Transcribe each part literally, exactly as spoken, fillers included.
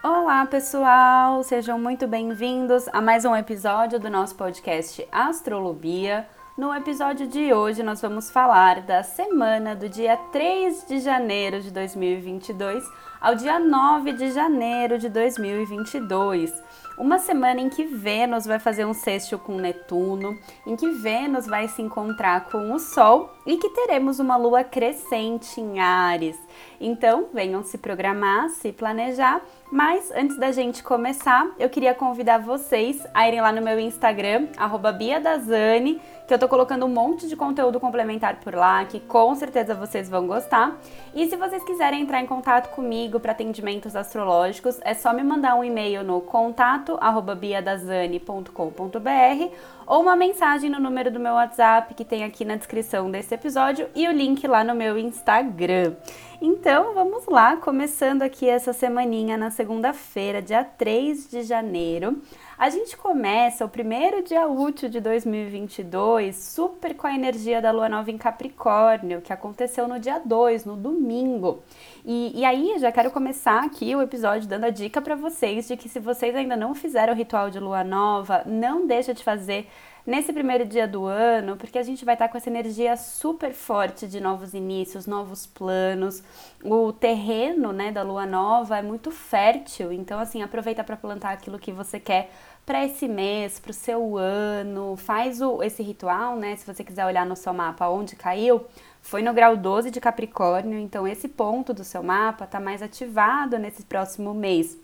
Olá, pessoal! Sejam muito bem-vindos a mais um episódio do nosso podcast Astrolobia. No episódio de hoje, nós vamos falar da semana do dia três de janeiro de dois mil e vinte e dois ao dia nove de janeiro de dois mil e vinte e dois. Uma semana em que Vênus vai fazer um sextil com Netuno, em que Vênus vai se encontrar com o Sol e que teremos uma lua crescente em Áries. Então, venham se programar, se planejar. Mas antes da gente começar, eu queria convidar vocês a irem lá no meu Instagram, arroba biadazani, que eu tô colocando um monte de conteúdo complementar por lá, que com certeza vocês vão gostar. E se vocês quiserem entrar em contato comigo para atendimentos astrológicos, é só me mandar um e-mail no contato arroba biadazani ponto com ponto br ou uma mensagem no número do meu WhatsApp que tem aqui na descrição desse episódio e o link lá no meu Instagram. Então, vamos lá, começando aqui essa semaninha na segunda-feira, dia três de janeiro. A gente começa o primeiro dia útil de dois mil e vinte e dois super com a energia da Lua Nova em Capricórnio, que aconteceu no dia dois, no domingo. E, e aí, já quero começar aqui o episódio dando a dica para vocês de que se vocês ainda não fizeram o ritual de Lua Nova, não deixa de fazer nesse primeiro dia do ano, porque a gente vai estar com essa energia super forte de novos inícios, novos planos. O terreno, né, da Lua Nova é muito fértil, então assim, aproveita para plantar aquilo que você quer para esse mês, para o seu ano. Faz o, esse ritual, né, se você quiser olhar no seu mapa onde caiu, foi no grau doze de Capricórnio, então esse ponto do seu mapa está mais ativado nesse próximo mês.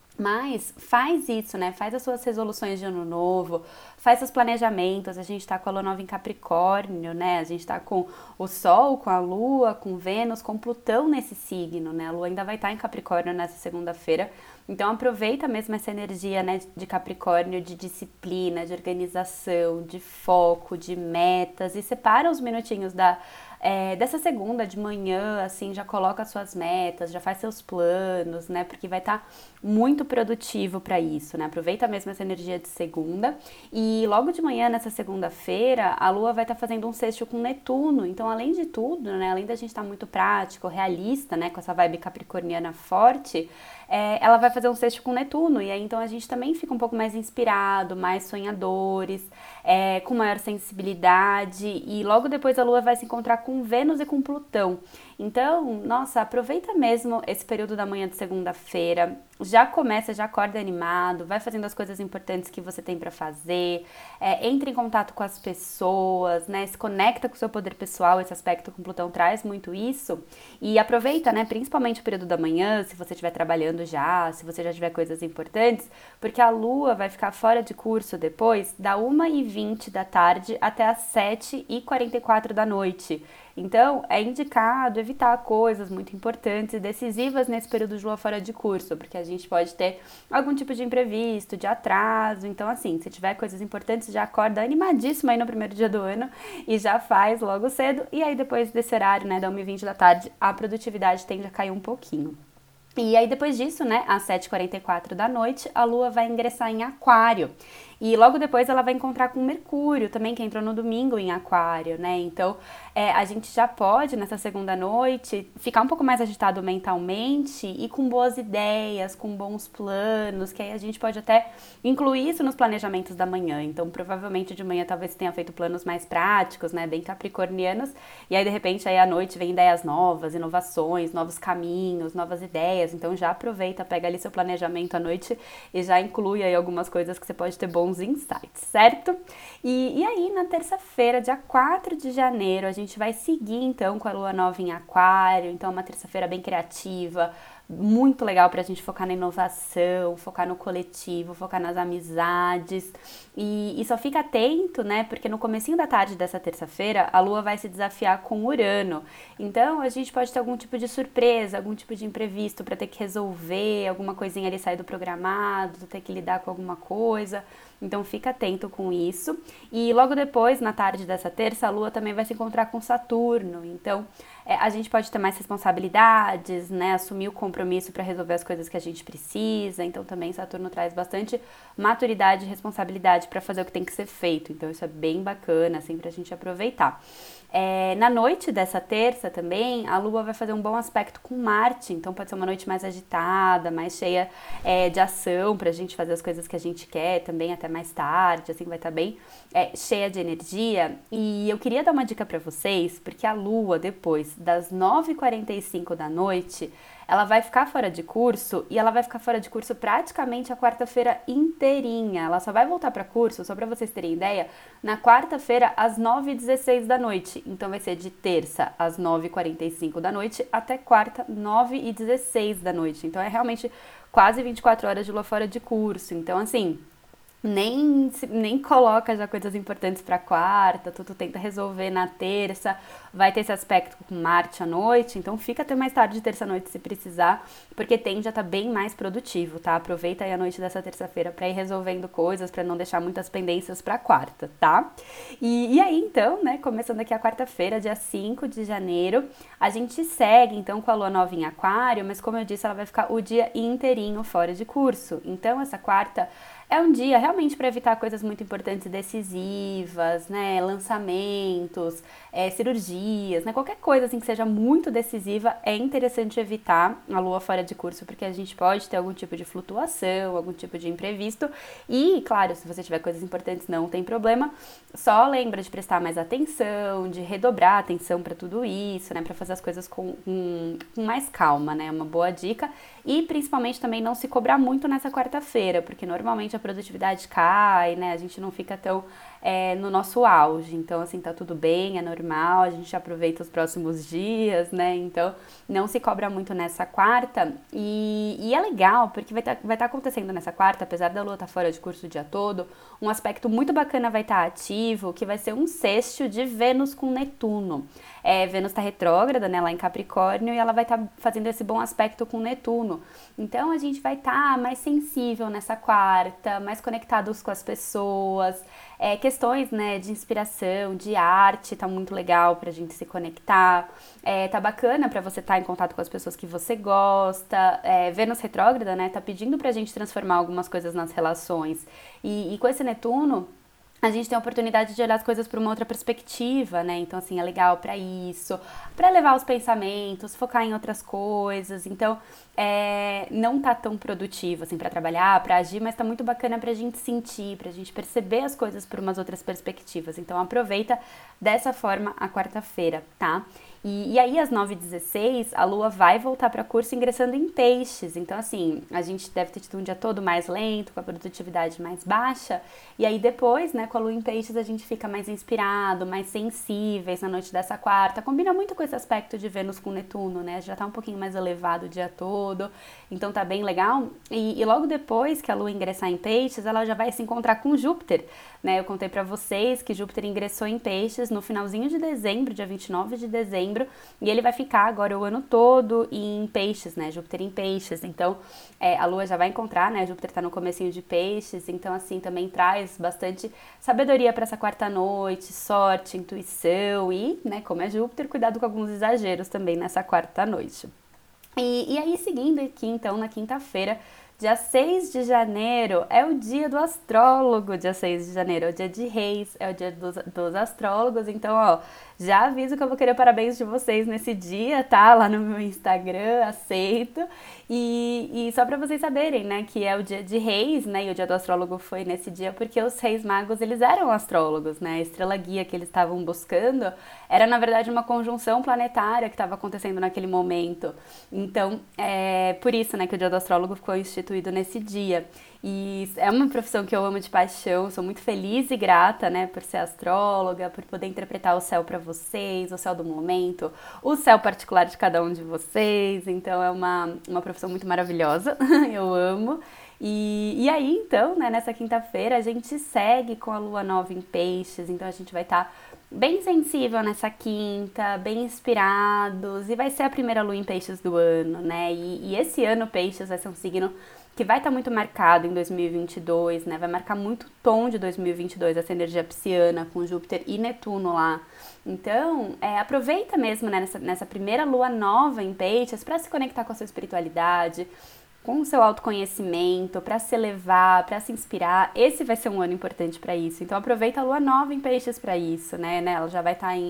Mas faz isso, né? Faz as suas resoluções de ano novo, faz seus planejamentos. A gente tá com a Lua Nova em Capricórnio, né? A gente tá com o Sol, com a Lua, com Vênus, com Plutão nesse signo, né? A Lua ainda vai estar em Capricórnio nessa segunda-feira. Então aproveita mesmo essa energia, né, de Capricórnio, de disciplina, de organização, de foco, de metas e separa os minutinhos da É, dessa segunda de manhã, assim, já coloca as suas metas, já faz seus planos, né? Porque vai estar muito produtivo para isso, né? Aproveita mesmo essa energia de segunda. E logo de manhã, nessa segunda-feira, a Lua vai estar fazendo um sextil com Netuno. Então, além de tudo, né? Além da gente estar muito prático, realista, né? Com essa vibe capricorniana forte, é, ela vai fazer um sextil com Netuno. E aí, então, a gente também fica um pouco mais inspirado, mais sonhadores, é, com maior sensibilidade. E logo depois a Lua vai se encontrar com Vênus e com Plutão. Então, nossa, aproveita mesmo esse período da manhã de segunda-feira, já começa, já acorda animado, vai fazendo as coisas importantes que você tem para fazer, é, entre em contato com as pessoas, né, se conecta com o seu poder pessoal, esse aspecto com Plutão traz muito isso, e aproveita, né, principalmente o período da manhã, se você estiver trabalhando já, se você já tiver coisas importantes, porque a Lua vai ficar fora de curso depois, da uma e vinte da tarde até as sete e quarenta e quatro da noite. Então, é indicado evitar coisas muito importantes e decisivas nesse período de lua fora de curso, porque a gente pode ter algum tipo de imprevisto, de atraso. Então, assim, se tiver coisas importantes, já acorda animadíssimo aí no primeiro dia do ano e já faz logo cedo. E aí, depois desse horário, né, da uma e vinte da tarde, a produtividade tende a cair um pouquinho. E aí, depois disso, né, às sete e quarenta e quatro da noite, a Lua vai ingressar em Aquário. E logo depois ela vai encontrar com Mercúrio, também que entrou no domingo em Aquário, né? Então, é, a gente já pode, nessa segunda noite, ficar um pouco mais agitado mentalmente e com boas ideias, com bons planos, que aí a gente pode até incluir isso nos planejamentos da manhã. Então, provavelmente de manhã talvez você tenha feito planos mais práticos, né? Bem capricornianos. E aí, de repente, aí à noite vem ideias novas, inovações, novos caminhos, novas ideias. Então, já aproveita, pega ali seu planejamento à noite e já inclui aí algumas coisas que você pode ter bons insights, certo? E, e aí, na terça-feira, dia quatro de janeiro, a gente vai seguir, então, com a Lua Nova em Aquário. Então, é uma terça-feira bem criativa, muito legal pra gente focar na inovação, focar no coletivo, focar nas amizades. E, e só fica atento, né? Porque no comecinho da tarde dessa terça-feira, a Lua vai se desafiar com Urano. Então, a gente pode ter algum tipo de surpresa, algum tipo de imprevisto pra ter que resolver, alguma coisinha ali sair do programado, ter que lidar com alguma coisa. Então, fica atento com isso. E logo depois, na tarde dessa terça, a Lua também vai se encontrar com Saturno. Então, é, a gente pode ter mais responsabilidades, né? Assumir o compromisso para resolver as coisas que a gente precisa. Então, também Saturno traz bastante maturidade e responsabilidade para fazer o que tem que ser feito. Então, isso é bem bacana, assim, pra gente aproveitar. É, na noite dessa terça também, a Lua vai fazer um bom aspecto com Marte, então pode ser uma noite mais agitada, mais cheia é, de ação pra gente fazer as coisas que a gente quer também até mais tarde, assim vai estar bem é, cheia de energia. E eu queria dar uma dica pra vocês, porque a Lua depois das nove e quarenta e cinco da noite, ela vai ficar fora de curso e ela vai ficar fora de curso praticamente a quarta-feira inteirinha. Ela só vai voltar para curso, só para vocês terem ideia, na quarta-feira às nove e dezesseis da noite. Então vai ser de terça às nove e quarenta e cinco da noite até quarta, nove e dezesseis da noite. Então é realmente quase vinte e quatro horas de lua fora de curso. Então assim, nem, nem coloca já coisas importantes para quarta, tudo tenta resolver na terça, vai ter esse aspecto com Marte à noite, então fica até mais tarde de terça-noite se precisar, porque tende a estar bem mais produtivo, tá? Aproveita aí a noite dessa terça-feira para ir resolvendo coisas, para não deixar muitas pendências para quarta, tá? E, e aí então, né, começando aqui a quarta-feira, dia cinco de janeiro, a gente segue então com a lua nova em aquário, mas como eu disse, ela vai ficar o dia inteirinho fora de curso, então essa quarta é um dia realmente para evitar coisas muito importantes e decisivas, né? Lançamentos, é, cirurgias, né? Qualquer coisa assim que seja muito decisiva é interessante evitar a lua fora de curso, porque a gente pode ter algum tipo de flutuação, algum tipo de imprevisto. E, claro, se você tiver coisas importantes, não tem problema. Só lembra de prestar mais atenção, de redobrar a atenção para tudo isso, né? Para fazer as coisas com, com, com mais calma, né? Uma boa dica. E principalmente também não se cobrar muito nessa quarta-feira, porque normalmente a produtividade cai, né? A gente não fica tão é, no nosso auge. Então, assim, tá tudo bem, é normal, a gente aproveita os próximos dias, né? Então, não se cobra muito nessa quarta. E, e é legal, porque vai estar tá, vai tá acontecendo nessa quarta, apesar da Lua estar tá fora de curso o dia todo, um aspecto muito bacana vai estar tá ativo, que vai ser um sextil de Vênus com Netuno. É, Vênus está retrógrada, né, lá em Capricórnio, e ela vai estar tá fazendo esse bom aspecto com Netuno. Então, a gente vai estar tá mais sensível nessa quarta, mais conectados com as pessoas, é, questões, né, de inspiração, de arte, tá muito legal pra gente se conectar, é, tá bacana pra você estar tá em contato com as pessoas que você gosta, é, Vênus retrógrada, né, tá pedindo pra gente transformar algumas coisas nas relações, e, e com esse Netuno, a gente tem a oportunidade de olhar as coisas por uma outra perspectiva, né? Então, assim, é legal para isso, para levar os pensamentos, focar em outras coisas. Então, é, não tá tão produtivo, assim, para trabalhar, para agir, mas tá muito bacana pra gente sentir, pra gente perceber as coisas por umas outras perspectivas. Então, aproveita dessa forma a quarta-feira, tá? E, e aí, às nove e dezesseis, a Lua vai voltar para curso ingressando em Peixes. Então, assim, a gente deve ter tido um dia todo mais lento, com a produtividade mais baixa. E aí, depois, né, com a Lua em Peixes, a gente fica mais inspirado, mais sensíveis na noite dessa quarta. Combina muito com esse aspecto de Vênus com Netuno, né? Já tá um pouquinho mais elevado o dia todo. Então, tá bem legal. E, e logo depois que a Lua ingressar em Peixes, ela já vai se encontrar com Júpiter, né? Eu contei para vocês que Júpiter ingressou em Peixes no finalzinho de dezembro, dia vinte e nove de dezembro. E ele vai ficar agora o ano todo em Peixes, né? Júpiter em Peixes. Então, é, a Lua já vai encontrar, né? Júpiter tá no comecinho de Peixes. Então, assim, também traz bastante sabedoria para essa quarta noite, sorte, intuição e, né, como é Júpiter, cuidado com alguns exageros também nessa quarta noite. E, e aí, seguindo aqui, então, na quinta-feira, dia seis de janeiro, é o dia do astrólogo, dia seis de janeiro, é o dia de Reis, é o dia dos, dos astrólogos, então, ó, já aviso que eu vou querer parabéns de vocês nesse dia, tá? Lá no meu Instagram, aceito. E, e só pra vocês saberem, né, que é o dia de Reis, né, e o dia do astrólogo foi nesse dia porque os Reis Magos, eles eram astrólogos, né? A estrela guia que eles estavam buscando era, na verdade, uma conjunção planetária que estava acontecendo naquele momento. Então, é por isso, né, que o dia do astrólogo ficou instituído nesse dia. E é uma profissão que eu amo de paixão, sou muito feliz e grata, né, por ser astróloga, por poder interpretar o céu para vocês, o céu do momento, o céu particular de cada um de vocês. Então é uma, uma profissão muito maravilhosa, eu amo. E, e aí, então, né, nessa quinta-feira a gente segue com a lua nova em Peixes, então a gente vai estar tá bem sensível nessa quinta, bem inspirados, e vai ser a primeira lua em Peixes do ano, né, e, e esse ano Peixes vai ser um signo que vai estar tá muito marcado em dois mil e vinte e dois, né, vai marcar muito o tom de dois mil e vinte e dois, essa energia pisciana com Júpiter e Netuno lá. Então, é, aproveita mesmo, né, nessa, nessa primeira lua nova em Peixes para se conectar com a sua espiritualidade, com o seu autoconhecimento, para se elevar, para se inspirar. Esse vai ser um ano importante para isso. Então, aproveita a lua nova em Peixes para isso, né, né? Ela já vai estar tá em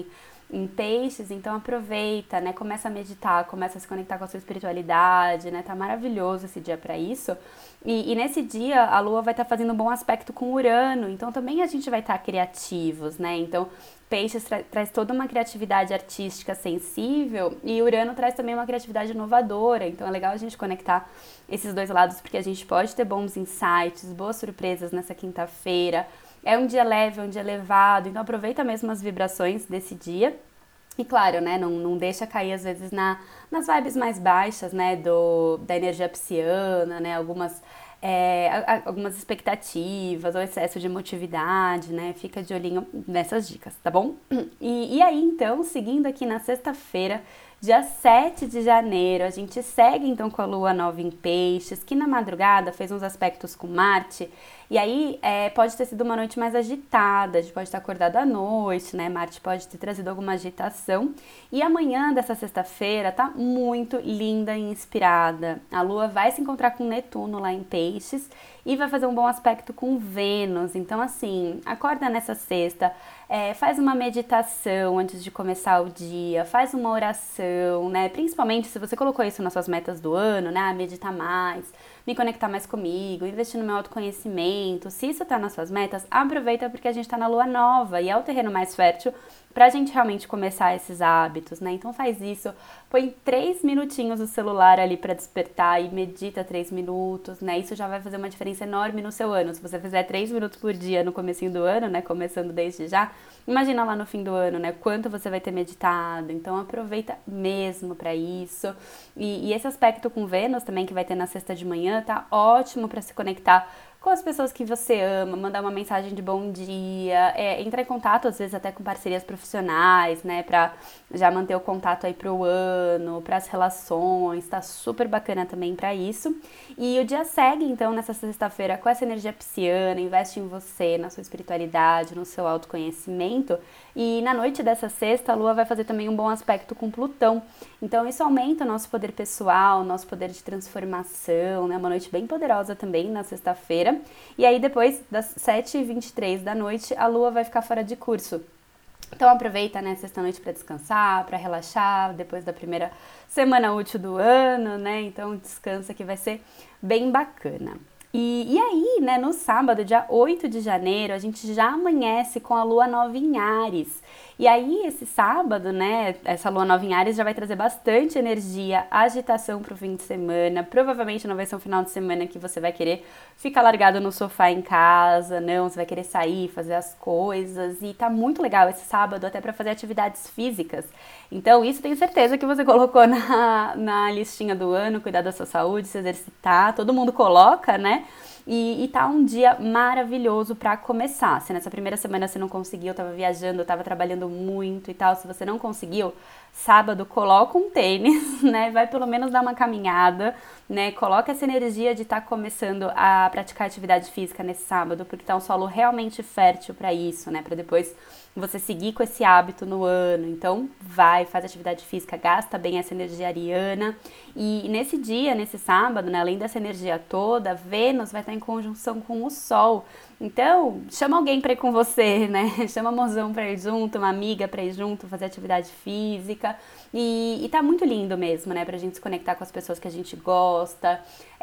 em peixes, então aproveita, né? Começa a meditar, começa a se conectar com a sua espiritualidade, né? Tá maravilhoso esse dia para isso. E, e nesse dia a Lua vai estar tá fazendo um bom aspecto com Urano, então também a gente vai estar tá criativos, né? Então Peixes tra traz toda uma criatividade artística sensível e Urano traz também uma criatividade inovadora, então é legal a gente conectar esses dois lados porque a gente pode ter bons insights, boas surpresas nessa quinta-feira. É um dia leve, é um dia elevado, então aproveita mesmo as vibrações desse dia. E claro, né, não, não deixa cair às vezes na, nas vibes mais baixas, né, do, da energia pisciana, né, algumas, é, algumas expectativas ou excesso de emotividade, né, fica de olhinho nessas dicas, tá bom? E, e aí, então, seguindo aqui na sexta-feira, dia sete de janeiro, a gente segue então com a Lua nova em Peixes, que na madrugada fez uns aspectos com Marte, e aí é, pode ter sido uma noite mais agitada, a gente pode estar acordado à noite, né? Marte pode ter trazido alguma agitação. E amanhã dessa sexta-feira tá muito linda e inspirada. A Lua vai se encontrar com Netuno lá em Peixes e vai fazer um bom aspecto com Vênus. Então, assim, acorda nessa sexta, é, faz uma meditação antes de começar o dia, faz uma oração, né? Principalmente se você colocou isso nas suas metas do ano, né? Meditar mais, me conectar mais comigo, investir no meu autoconhecimento. Se isso tá nas suas metas, aproveita porque a gente tá na lua nova e é o terreno mais fértil pra gente realmente começar esses hábitos, né? Então faz isso, põe três minutinhos o celular ali pra despertar e medita três minutos, né? Isso já vai fazer uma diferença enorme no seu ano. Se você fizer três minutos por dia no comecinho do ano, né? Começando desde já, imagina lá no fim do ano, né? Quanto você vai ter meditado. Então aproveita mesmo pra isso. E, e esse aspecto com Vênus também que vai ter na sexta de manhã tá ótimo pra se conectar com as pessoas que você ama, mandar uma mensagem de bom dia, é, entrar em contato, às vezes até com parcerias profissionais, né, pra já manter o contato aí pro ano, pras relações, tá super bacana também pra isso. E o dia segue, então, nessa sexta-feira com essa energia pisciana, investe em você, na sua espiritualidade, no seu autoconhecimento, e na noite dessa sexta, a Lua vai fazer também um bom aspecto com Plutão, então isso aumenta o nosso poder pessoal, nosso poder de transformação, né, uma noite bem poderosa também na sexta-feira. E aí depois das sete e vinte e três da noite, a Lua vai ficar fora de curso. Então aproveita, né, sexta-noite para descansar, para relaxar, depois da primeira semana útil do ano, né? Então descansa que vai ser bem bacana. E, e aí, né, no sábado, dia oito de janeiro, a gente já amanhece com a Lua nova em Áries. E aí, esse sábado, né, essa Lua nova em Áries já vai trazer bastante energia, agitação pro fim de semana. Provavelmente não vai ser um final de semana que você vai querer ficar largado no sofá em casa, não, você vai querer sair, fazer as coisas. E tá muito legal esse sábado até para fazer atividades físicas. Então, isso tenho certeza que você colocou na, na listinha do ano, cuidar da sua saúde, se exercitar, todo mundo coloca, né? E, e tá um dia maravilhoso pra começar. Se nessa primeira semana você não conseguiu, tava viajando, tava trabalhando muito e tal, se você não conseguiu, sábado coloca um tênis, né? Vai pelo menos dar uma caminhada, né? Coloca essa energia de estar tá começando a praticar atividade física nesse sábado, porque tá um solo realmente fértil pra isso, né? Pra depois você seguir com esse hábito no ano. Então vai, faz atividade física, gasta bem essa energia ariana. E nesse dia, nesse sábado, né, além dessa energia toda, Vênus vai estar em conjunção com o Sol. Então, chama alguém pra ir com você, né? Chama mozão pra ir junto, uma amiga pra ir junto, fazer atividade física. E, e tá muito lindo mesmo, né? Pra gente se conectar com as pessoas que a gente gosta.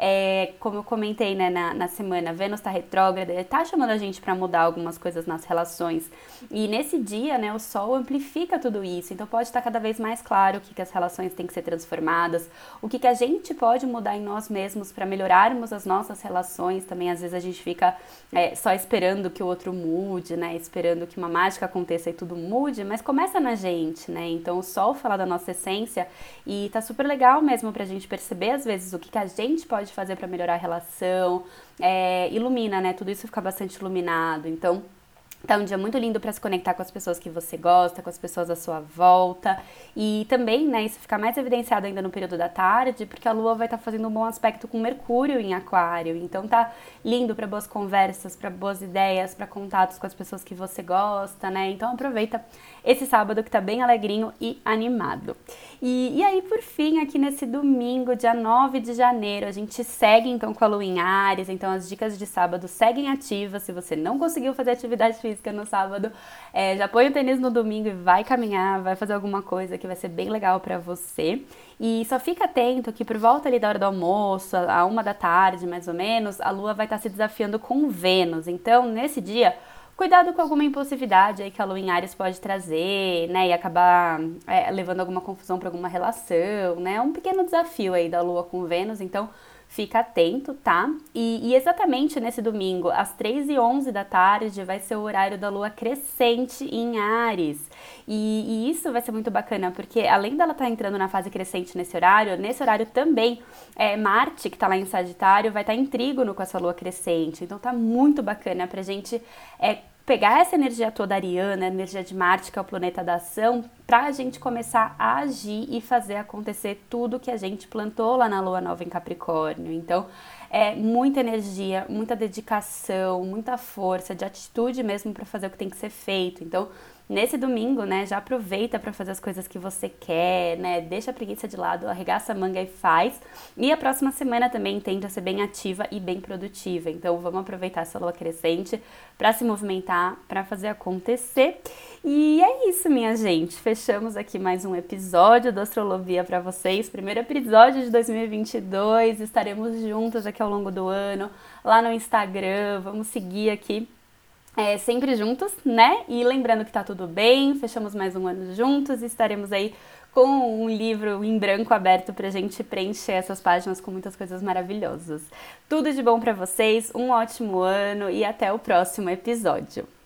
É, como eu comentei, né, na, na semana, Vênus tá retrógrada, ele tá chamando a gente pra mudar algumas coisas nas relações. E nesse dia, né, o Sol amplifica tudo isso. Então pode estar cada vez mais claro o que, que as relações têm que ser transformadas, o que, que a gente pode mudar em nós mesmos pra melhorarmos as nossas relações. Também às vezes a gente fica é, só esperando que o outro mude, né? Esperando que uma mágica aconteça e tudo mude, mas começa na gente, né? Então o Sol fala da nossa essência e tá super legal mesmo pra gente perceber às vezes o que, que a gente pode fazer pra melhorar a relação, é, ilumina, né? Tudo isso fica bastante iluminado, então tá um dia muito lindo para se conectar com as pessoas que você gosta, com as pessoas à sua volta. E também, né, isso fica mais evidenciado ainda no período da tarde, porque a Lua vai estar tá fazendo um bom aspecto com Mercúrio em Aquário. Então tá lindo para boas conversas, para boas ideias, para contatos com as pessoas que você gosta, né? Então aproveita esse sábado que tá bem alegrinho e animado. E, e aí, por fim, aqui nesse domingo, dia nove de janeiro, a gente segue então com a Lua em Áries, então as dicas de sábado seguem ativas. Se você não conseguiu fazer atividade física no sábado, é, já põe o tênis no domingo e vai caminhar, vai fazer alguma coisa que vai ser bem legal pra você. E só fica atento que por volta ali da hora do almoço, a uma da tarde mais ou menos, a Lua vai estar se desafiando com Vênus. Então, nesse dia, cuidado com alguma impulsividade aí que a Lua em Áries pode trazer, né, e acabar é, levando alguma confusão para alguma relação, né, um pequeno desafio aí da Lua com Vênus, então fica atento, tá? E, e exatamente nesse domingo, às três e onze da tarde, vai ser o horário da Lua crescente em Áries. E, e isso vai ser muito bacana, porque além dela estar entrando na fase crescente nesse horário, nesse horário também, é, Marte, que tá lá em Sagitário, vai estar em trígono com essa Lua crescente. Então tá muito bacana pra gente é, pegar essa energia toda ariana, a energia de Marte, que é o planeta da ação, pra gente começar a agir e fazer acontecer tudo que a gente plantou lá na Lua Nova em Capricórnio. Então, é muita energia, muita dedicação, muita força, de atitude mesmo para fazer o que tem que ser feito. Então, nesse domingo, né, já aproveita para fazer as coisas que você quer, né, deixa a preguiça de lado, arregaça a manga e faz. E a próxima semana também tende a ser bem ativa e bem produtiva. Então, vamos aproveitar essa lua crescente para se movimentar, para fazer acontecer. E é isso, minha gente. Fechamos aqui mais um episódio do Astrolobia para vocês. Primeiro episódio de dois mil e vinte e dois. Estaremos juntas aqui ao longo do ano, lá no Instagram. Vamos seguir aqui É, sempre juntos, né? E lembrando que tá tudo bem, fechamos mais um ano juntos e estaremos aí com um livro em branco aberto pra gente preencher essas páginas com muitas coisas maravilhosas. Tudo de bom pra vocês, um ótimo ano e até o próximo episódio.